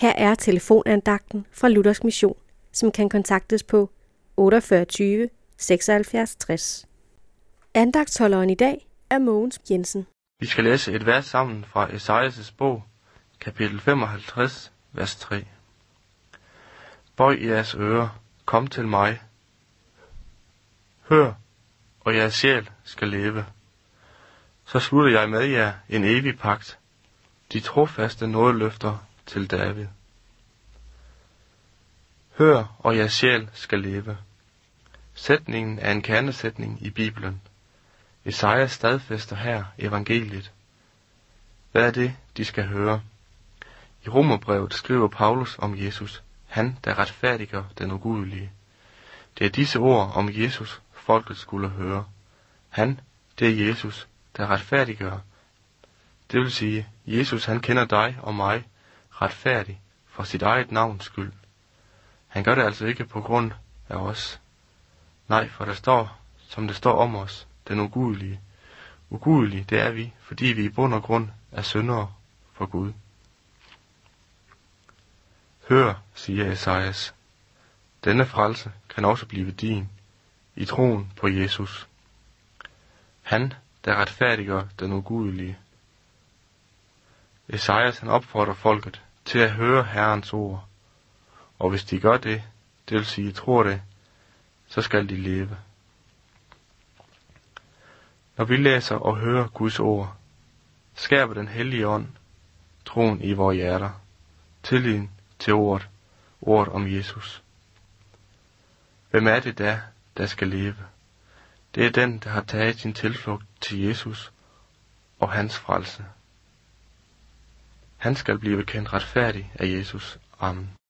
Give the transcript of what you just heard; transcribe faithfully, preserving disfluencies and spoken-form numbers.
Her er telefonandagten fra Luthersk Mission, som kan kontaktes på otteogfyrre tyve seksoghalvfjerds tres. Andagtsholderen i dag er Mogens Jensen. Vi skal læse et vers sammen fra Esajas' bog, kapitel femoghalvtreds, vers tre. Bøj jeres ører, kom til mig. Hør, og jeres sjæl skal leve. Så slutter jeg med jer en evig pagt, de trofaste nådeløfter til David. Hør, og jeres sjæl skal leve. Sætningen er en kernesætning i Bibelen. Esajas stadfæster her evangeliet. Hvad er det, de skal høre? I Romerbrevet skriver Paulus om Jesus, han der retfærdiger den ugudelige. Det er disse ord om Jesus, folket skulle høre. Han, det er Jesus, der retfærdiggør. Det vil sige, Jesus han kender dig og mig retfærdig for sit eget navns skyld. Han gør det altså ikke på grund af os. Nej, for der står, som det står om os, den ugudelige. Ugudelige, det er vi, fordi vi i bund og grund er syndere for Gud. Hør, siger Esajas. Denne frelse kan også blive din, i troen på Jesus. Han, der retfærdiger den ugudelige. Esajas han opfordrer folket til at høre Herrens ord, og hvis de gør det, det vil sige tror det, så skal de leve. Når vi læser og hører Guds ord, skærper den hellige ånd troen i vores hjerter, tilliden til ordet, ordet om Jesus. Hvem er det da, der skal leve? Det er den, der har taget sin tilflugt til Jesus og hans frelse. Han skal blive kendt retfærdig af Jesus. Amen.